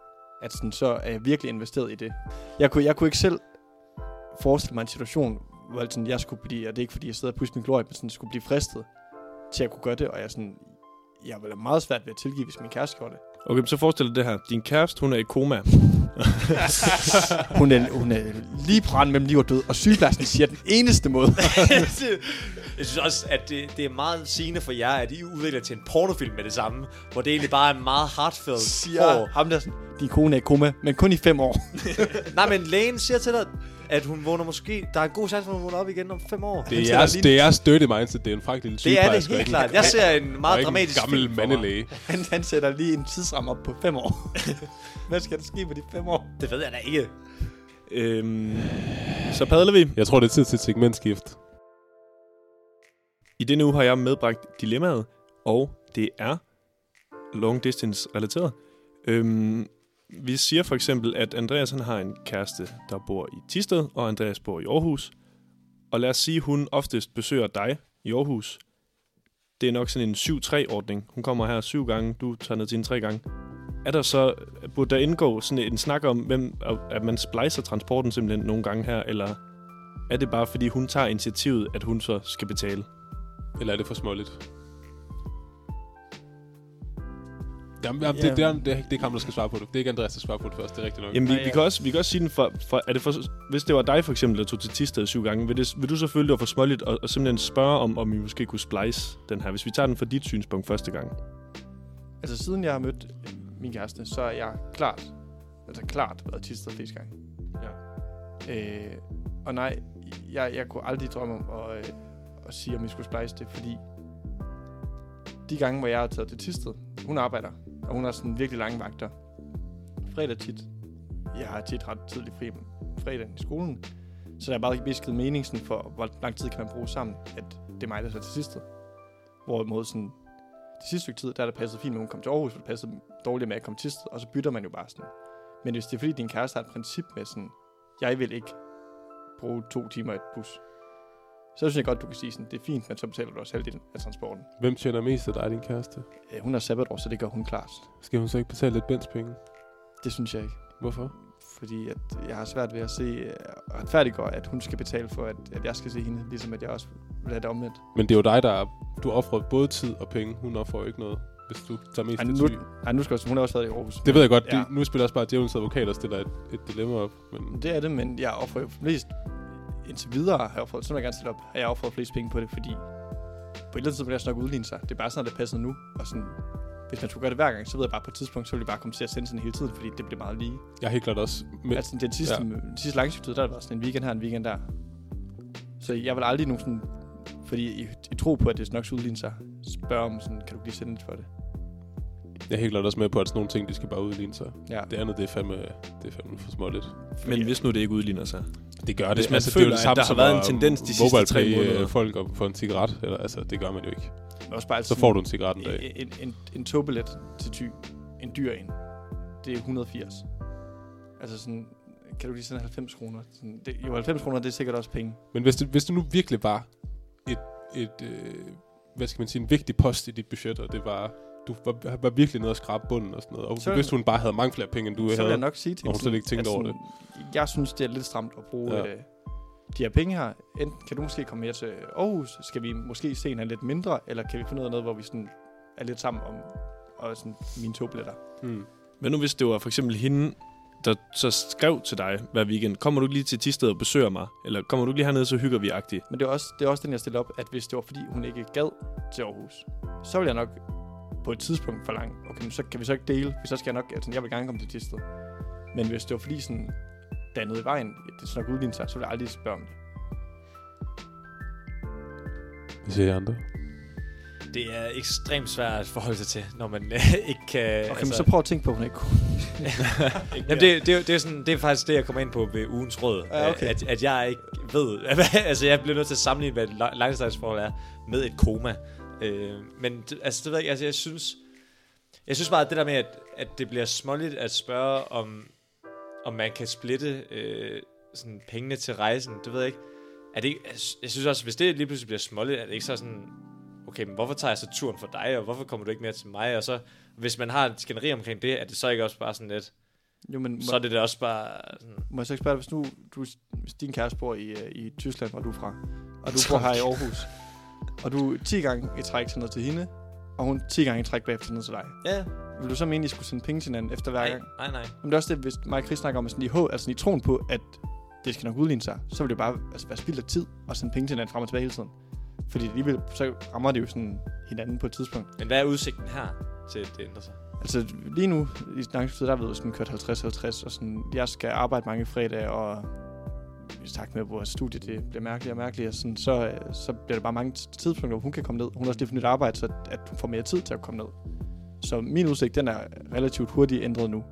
At sådan, så er jeg virkelig investeret i det. Jeg kunne, jeg kunne ikke selv forestille mig en situation, hvor sådan, jeg skulle blive, og det er ikke fordi, jeg sidder og pusher min glorie, men sådan, skulle blive fristet til at kunne gøre det, og jeg sådan, jeg ville have meget svært ved at tilgive, hvis min kæreste gjorde det. Okay, så forestil dig det her. Din kæreste, hun er i koma. hun, er, hun er lige brændt mellem liv og død, og sygeplejersken siger den eneste måde. Jeg synes også, at det, det er meget sigende for jer, at I udvikler til en pornofilm med det samme, hvor det egentlig bare er meget heartfelt. Siger ham der sådan, din kone er i koma, men kun i fem år. Nej, men lægen siger til dig, at hun vågner måske... Der er en god chance for, at hun vågner op igen om fem år. Det er jeres, det er jeres støtte mindset. Det er en frygtelig lille sygeplejerske. Det er det helt klart. Jeg ser en meget dramatisk film. En gammel mandelæge. Han, han sætter lige en tidsramme op på fem år. Hvad skal der ske på de fem år? Det ved jeg da ikke. Øhm, så padler vi. Jeg tror, det er tid til et segmentskift. I denne uge har jeg medbragt dilemmaet, og det er long distance relateret. Øhm, vi siger for eksempel, at Andreas han har en kæreste, der bor i Thisted, og Andreas bor i Aarhus. Og lad os sige, at hun oftest besøger dig i Aarhus. Det er nok sådan en syv tre ordning. Hun kommer her syv gange, du tager ned til hende tre gange. Er der så, burde der indgå sådan en snak om, hvem, at man splicer transporten simpelthen nogle gange her, eller er det bare fordi hun tager initiativet, at hun så skal betale? Eller er det for småligt? Jamen, jamen, det, det, er, det, er, det er Kammer, der skal svare på det. Det er ikke Andreas, der svarer på det først. Det er rigtigt nok. Jamen, vi, vi, kan også, vi kan også sige den for... for, er det for hvis det var dig for eksempel, der tog til Thisted syv gange, vil, det, vil du så føle, det var for småligt og, og simpelthen spørge om, om vi måske kunne splice den her, hvis vi tager den fra dit synspunkt første gang? Altså, siden jeg har mødt min kæreste, så er jeg klart, altså klart været Thisted flest gange. Ja. Øh, og nej, jeg, jeg kunne aldrig drømme om at, øh, at sige, om vi skulle splice det, fordi de gange, hvor jeg har taget til Thisted, hun arbejder, og hun har sådan virkelig lange vagter. Fredag tit. Jeg har tit ret tidligt fri fredagen i skolen. Så der er bare ikke givet mening sådan for, hvor lang tid kan man bruge sammen, at det er mig, der tager til Thisted. Hvorimod sådan, de sidste stykke tid, der er det passet fint med, at hun kommer til Aarhus, for det passer dårligt med at komme til Thisted, og så bytter man jo bare sådan. Men hvis det er fordi, din kæreste har et princip med sådan, jeg vil ikke bruge to timer i et bus, så synes jeg godt, du kan sige sådan, det er fint, men så betaler du også halvdelen af transporten. Hvem tjener mest af dig, din kæreste? Ja, hun har sabbatår, så det gør hun klart. Skal hun så ikke betale lidt bindspenge? Det synes jeg ikke. Hvorfor? Fordi at jeg har svært ved at se og retfærdiggøre, at hun skal betale for, at, at jeg skal se hende, ligesom at jeg også vil have det omvendt. Men det er jo dig, der er, du offrer både tid og penge. Hun offrer jo ikke noget, hvis du tager mest til ty. Nej, nu skal også, hun har også været i Aarhus. Det ved jeg godt. Ja. Det, nu spiller jeg også bare djævelens advokat og stiller et, et dilemma op. Men det er det, men jeg offrer jo flest indtil videre, har jeg offret, så vil jeg gerne stille op, at jeg offret flest penge på det, fordi på et eller andet tidspunkt vil jeg snart udligne sig. Det er bare sådan, at det passer nu, og sådan, hvis man skulle gøre det hver gang, så ved jeg bare på et tidspunkt, så vil det bare komme til at sende sådan hele tiden, fordi det bliver meget lige. Jeg er helt klart også med. Altså den sidste, ja. den sidste langsigtede, der har været sådan en weekend her, en weekend der. Så jeg vil aldrig nogen sådan, fordi I, I tror på, at det nok skal udligne sig, spørge om sådan, kan du lige sende lidt for det? Jeg er helt klart også med på, at sådan nogle ting, de skal bare udligne sig. Ja. Det andet, det er fandme, det er fandme for småligt. Men hvis nu det ikke udligner sig? Det gør det. Hvis man altså, føler, det er det samme, at der har været en tendens de sidste tre måneder. Folk op for en cigaret, eller, altså, det gør man jo ikke. Også bare så får du en cigaret en dag. En, en, en, en togbillet til Thy, en dyr en, det er et hundrede og firs. Altså sådan, kan du lige sende halvfems kroner? Sådan, det, jo, halvfems kroner, det er sikkert også penge. Men hvis det, hvis det nu virkelig var et, et øh, hvad skal man sige, en vigtig post i dit budget, og det var, du var, var virkelig nede at skrabe bunden og sådan noget, og så hvis hun bare havde mange flere penge, end du så havde, vil jeg nok sige til og hun slet ikke tænkte over det. Jeg synes, det er lidt stramt at bruge ja. øh, de her penge her. Enten kan du måske komme mere til Aarhus, skal vi måske se en lidt mindre, eller kan vi finde ud af noget, hvor vi sådan er lidt sammen om og sådan mine togbilletter. Hmm. Men nu hvis det var for eksempel hende, der så skrev til dig hver weekend, kommer du lige til Thisted og besøger mig? Eller kommer du lige hernede, så hygger vi-agtigt? Men det er, også, det er også den, jeg stiller op, at hvis det var fordi, hun ikke gad til Aarhus, så vil jeg nok på et tidspunkt forlange, okay, så kan vi så ikke dele, for så skal jeg nok, altså jeg vil gerne komme til Thisted. Men hvis det var fordi sådan, der er noget i vejen, det er sådan nok udlignet sig, så vil jeg aldrig spørge om det. Hvad siger I andre? Det er ekstremt svært at forholde sig til, når man ikke kan... Okay, altså... men så prøv at tænke på, at hun ikke kunne. Jamen, det, det, det, er sådan, det er faktisk det, jeg kommer ind på ved ugens råd. Ja, okay. at, at jeg ikke ved... altså, jeg bliver nødt til at sammenligne, hvad et langtidsforhold er med et koma. Øh, men altså, det ved jeg, altså, jeg synes... Jeg synes bare, at det der med, at, at det bliver småligt at spørge, om, om man kan splitte øh, sådan pengene til rejsen, det ved jeg ikke. Er det ikke, jeg synes også, hvis det lige pludselig bliver småligt, er det ikke så sådan... Okay, men hvorfor tager jeg så turen for dig, og hvorfor kommer du ikke mere til mig? Og så, hvis man har et skænderi omkring det, er det så ikke også bare sådan lidt... Jo, men så er det da også bare... Sådan... Må jeg så ikke spørge dig, hvis, nu, du, hvis din kæreste bor i, i Tyskland, hvor du er fra, og du bor her i Aarhus, og du ti gange i træk til noget til hende, og hun ti gange i træk bagefter ned til dig. Ja. vil du så mene, at I skulle sende penge til hinanden efter hver Nej, gang? nej, nej. Men det er også det, hvis mig og Chris snakker om, at sådan, i, hå- altså, i troen på, at det skal nok udligne sig, så vil det bare altså, være spild af tid at sende penge til hinanden frem og tilbage hele tiden. Fordi alligevel, så rammer det jo sådan hinanden på et tidspunkt. Men hvad er udsigten her til, at det ændrer sig? Altså lige nu, i Snakkestid, der er vi sådan kørt halvtreds halvtreds, og sådan, jeg skal arbejde mange fredage, og i takt med, at vores studie det bliver mærkeligere og mærkeligere, sådan, så, så bliver der bare mange tidspunkter, hvor hun kan komme ned. Hun har også lige for nyt arbejde, så at hun får mere tid til at komme ned. Så min udsigt, den er relativt hurtigt ændret nu.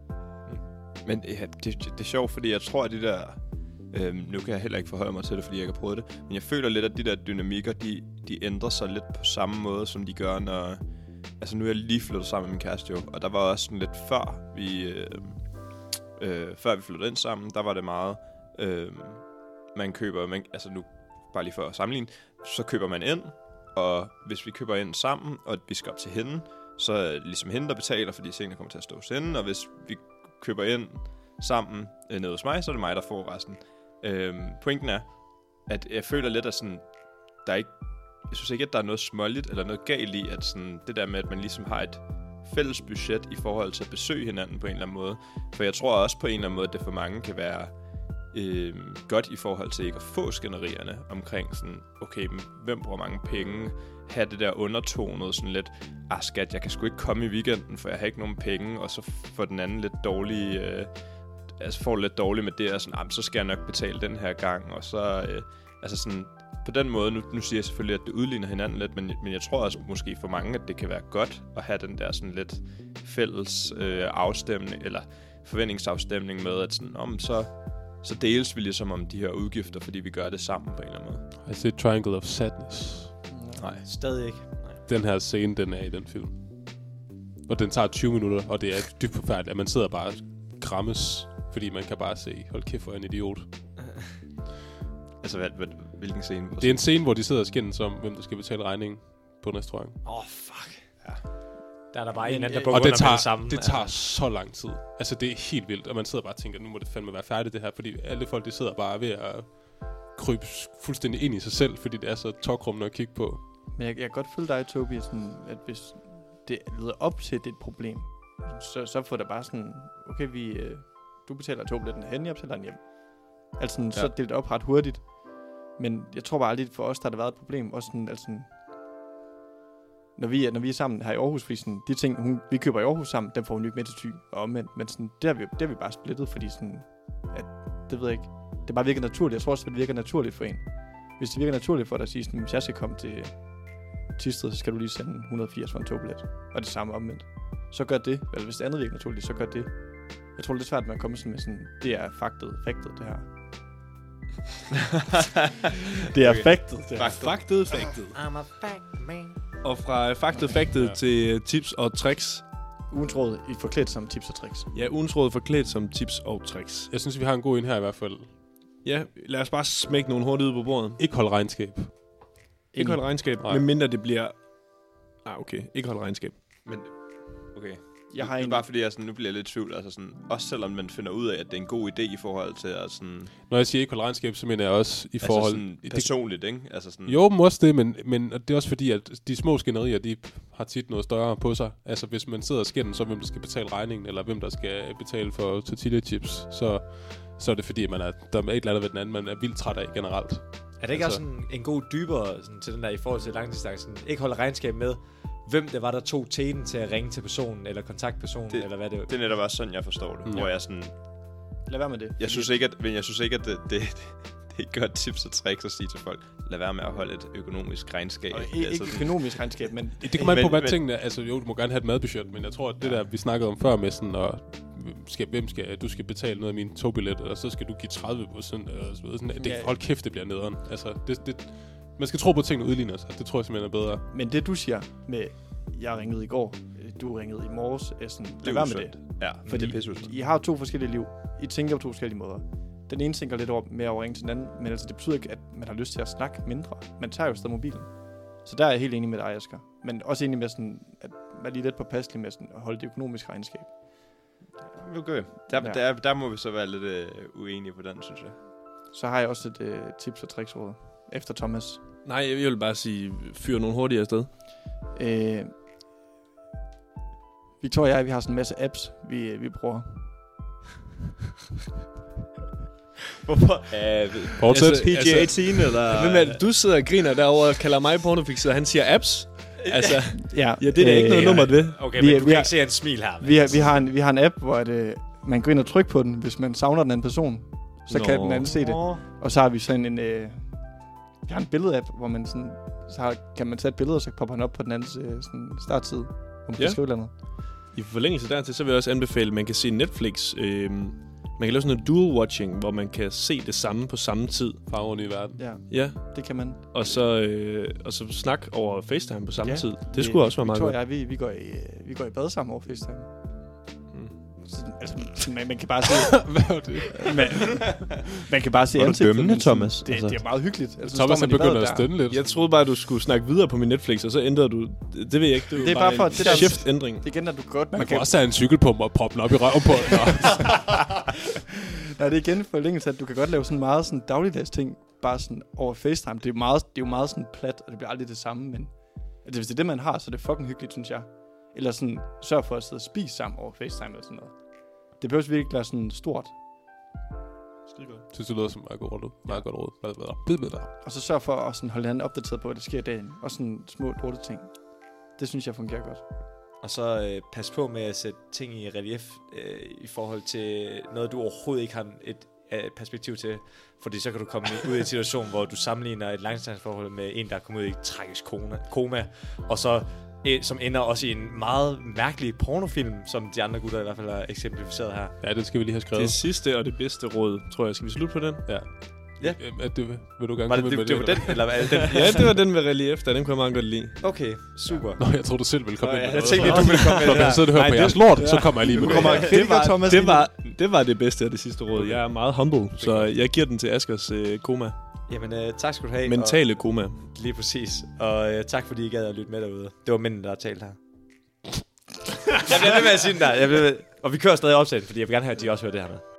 Men ja, det, det, det er sjovt, fordi jeg tror, at det der... Øhm, nu kan jeg heller ikke forholde mig til det, fordi jeg ikke har prøvet det. Men jeg føler lidt, at de der dynamikker, de, de ændrer sig lidt på samme måde, som de gør, når... Altså nu er jeg lige flyttet sammen med min kæreste jo, og der var også sådan lidt før vi... Øh, øh, før vi flyttede ind sammen, der var det meget... Øh, man køber... Man, altså nu, bare lige for at sammenligne, så køber man ind, og hvis vi køber ind sammen, og vi skal op til hende, så er det ligesom hende, der betaler, fordi tingene kommer til at stå hos hende, og hvis vi køber ind sammen øh, nede hos mig, så er det mig, der får resten. Øhm, pointen er, at jeg føler lidt, at sådan, der er ikke, jeg synes ikke, at der er noget småligt eller noget galt i, at sådan, det der med, at man ligesom har et fælles budget i forhold til at besøge hinanden på en eller anden måde. For jeg tror også på en eller anden måde, at det for mange kan være øh, godt i forhold til ikke at få skænderierne omkring sådan, okay, men hvem bruger mange penge? Have det der undertonet sådan lidt, ah skat, jeg kan sgu ikke komme i weekenden, for jeg har ikke nogen penge, og så får den anden lidt dårlig, øh, altså får lidt dårligt med det, og sådan, ah, så skal jeg nok betale den her gang, og så, øh, altså sådan, på den måde, nu, nu siger jeg selvfølgelig, at det udligner hinanden lidt, men, men jeg tror også måske for mange, at det kan være godt at have den der sådan lidt fælles øh, afstemning, eller forventningsafstemning med, at sådan, om så, så deles vi ligesom om de her udgifter, fordi vi gør det sammen på en eller anden måde. I see Triangle of Sadness. Nej, stadig ikke. Nej. Den her scene, den er i den film. Og den tager tyve minutter, og det er dybt forfærdeligt, at man sidder bare og grammes, fordi man kan bare se, hold kæft, hvor er en idiot. Altså, hvad, hvad, hvilken scene? Det er en scene, hvor de sidder og skændes om, hvem der skal betale regningen på en restaurant. Åh, oh, fuck. Ja. Der er der bare en anden, der bukker under med det samme. Det tager altså. så lang tid. Altså, det er helt vildt, og man sidder bare og tænker, nu må det fandme være færdigt det her, fordi alle folk, de sidder bare ved at krybe fuldstændig ind i sig selv, fordi det er så tokrummende at kigge på. Men jeg, jeg kan godt følge dig, Tobi, sådan, at hvis det leder op til det problem, så, så får det bare sådan, okay, vi, øh, du betaler togbilletten hen, jeg betaler den hjem. Altså, ja. Så delt op ret hurtigt. Men jeg tror bare aldrig, for os, der har det været et problem. Også sådan, altså, når vi, er, når vi er sammen her i Aarhus, fordi sådan, de ting, hun, vi køber i Aarhus sammen, dem får hun ikke med til Thy og omvendt. Men sådan, det, har vi, det har vi bare splittet, fordi sådan, at, det ved jeg ikke, det bare virker naturligt. Jeg tror også, at det virker naturligt for en. Hvis det virker naturligt for dig at sige, sådan, hvis jeg skal komme til Thisted, så skal du lige sende et hundrede og firs for en togbillet. Og det samme omvendt. Så gør det. Eller hvis det andet virker naturligt, så gør det. Jeg tror, det er svært, at man kommer sådan med sådan, det er faktet, faktet, det her. det er okay. Faktet, det her. Faktet, faktet. I'm a fact man. Og fra faktet, faktet ja. til tips og tricks. Ugens råd i forklædt som tips og tricks. Ja, ugens råd forklædt som tips og tricks. Jeg synes, vi har en god en her i hvert fald. Ja, lad os bare smække nogle hurtigt ud på bordet. Ikke hold regnskab. Ikke hold regnskab, medmindre det bliver... Ah, okay. Ikke hold regnskab. Men, okay. Jeg har det er en... bare fordi, jeg sådan, nu bliver jeg lidt i tvivl. Altså sådan, også selvom man finder ud af, at det er en god idé i forhold til at sådan... Når jeg siger ikke hold regnskab, så mener jeg også i altså forhold... Sådan personligt, ikke? Altså sådan... Jo, men også det, men, men det er også fordi, at de små skænderier, de har tit noget større på sig. Altså hvis man sidder og skændes, så hvem der skal betale regningen, eller hvem der skal betale for tortilla chips, så, så er det fordi, man er, der er et eller andet ved den anden, man er vildt træt af generelt. Er det ikke altså, også sådan en god dybere sådan, til den der i forhold til langtidsdistance? Ikke holde regnskab med, hvem det var, der tog teten til at ringe til personen, eller kontaktpersonen, det, eller hvad det var? Det er netop også sådan, jeg forstår det. Mm. Hvor jeg sådan... Lad være med det. Jeg synes ikke, at, men jeg synes ikke, at det, det, det er et godt tips og tricks at sige til folk, lad være med at holde et økonomisk regnskab. Og ikke altså, økonomisk regnskab, men... Det kommer an på, hvad men, tingene er. Altså jo, du må gerne have et madbudget, men jeg tror, at det der, vi snakkede om før med sådan, og skal, hvem skal, du skal betale noget af min togbillet, og så skal du give tredive procent, eller sådan, det, ja. Hold kæft, det bliver nederen. Altså, det, det, man skal tro på, at tingene udligner sig. Det tror jeg simpelthen er bedre. Men det, du siger med, jeg ringede i går, du ringede i morges, er sådan, lad være med det. Ja, fordi det I har to forskellige liv. I tænker på to forskellige måder. Den ene tænker lidt over, mere over ringe til den anden, men altså, det betyder ikke, at man har lyst til at snakke mindre. Man tager jo stadig mobilen. Så der er jeg helt enig med dig, Asger. Men også enig med sådan, at man er lige lidt påpasselig med sådan, at holde det økonomiske regnskab. Okay. Der, ja. der, der må vi så være lidt øh, uenige på den, synes jeg. Så har jeg også et øh, tips og tricksråd efter Thomas. Nej, jeg vil bare sige, fyr nogle hurtigere afsted. Øh, Victoria og jeg, vi har sådan en masse apps, vi, vi bruger. Hvorfor? Uh, Fortsæt. Altså, P G atten, eller? Hvem er det? Du sidder og griner derovre og kalder mig pornofixeret, og han siger apps. Altså, ja, ja, det er da ikke noget nummer ved. Okay, vi, men du vi kan har, ikke se en smil her. Vi har, vi, har en, vi har en app, hvor det, man går ind og trykker på den, hvis man savner den anden person. Så Nå. kan den anden se det. Og så har vi sådan en... Øh, vi har en billede-app, hvor man sådan... Så har, kan man tage et billede, og så popper han op på den andens øh, sådan startside. Hvor man ja. kan skrive noget. I forlængelse dertil, så vil jeg også anbefale, at man kan se Netflix. Øh, man kan lave sådan noget dual-watching, hvor man kan se det samme på samme tid. Farverne i verden. Ja, ja. det kan man. Og så, øh, og så snak over FaceTime på samme ja. tid. Det skulle også være meget godt. Jeg, vi, vi, går i, vi går i bad sammen over FaceTime. Så, altså, man, man kan bare se... Hvad var det? Man, man kan bare se ansigt. Var du dømmende, Thomas? Det, altså. det er meget hyggeligt. Altså, Thomas er begyndt at stønne lidt. Jeg troede bare, at du skulle snakke videre på min Netflix, og så ændrede du... Det, det ved jeg ikke. Det, det er bare, bare for... Det der shift-ændring. Det igen, at du godt... Man, man kan også tage en cykelpumpe og proppe den op i røven på den. Nej, det er igen for længere, at du kan godt lave sådan meget sådan dagligdags ting, bare sådan over FaceTime. Det er, meget, det er jo meget sådan plat, og det bliver aldrig det samme, men... Altså, hvis det er det, man har, så er det fucking hyggeligt, synes jeg. Eller sådan, sørg for at sidde og spise sammen over FaceTime eller sådan noget. Det behøver virkelig være sådan stort. Skidegodt. Synes det lyder som meget godt råd. Meget godt råd. Hvad med dig? Bid med dig. Og så sørg for at sådan holde hinanden opdateret på, hvad der sker i dagen. Og sådan små lorte ting. Det synes jeg fungerer godt. Og så øh, pas på med at sætte ting i relief øh, i forhold til noget, du overhovedet ikke har et, et perspektiv til. Fordi så kan du komme ud i en situation, hvor du sammenligner et langtidsforhold med en, der er kommet ud i et tragisk koma. Og så... som ender også i en meget mærkelig pornofilm, som de andre gutter i hvert fald har eksemplificeret her. Ja, det skal vi lige have skrevet. Det sidste og det bedste råd, tror jeg. Skal vi slutte på den? Ja. Ja. Er det, vil du gerne var komme det, med det? Det var den, eller hvad? Den? Ja, det var den med relief, der. Den kunne jeg meget godt lide. Okay, super. Nå, jeg tror du selv ville komme Nå, med ja, noget. Jeg tænkte, du ville komme med det der. Så hører på jeres lort, så kommer jeg lige med det. Kommer det, var, Thomas det, var, det var det bedste af det sidste råd. Jeg er meget humble, så jeg giver den til Askers øh, koma. Jamen, øh, tak skal du have. Mentale koma. Lige præcis. Og øh, tak, fordi I gad at lytte med derude. Det var mændene, der har talt her. Jeg bliver ved med at sige den der. Jeg bliver ved. Og vi kører stadig optaget, fordi jeg vil gerne have, at de også hører det her med.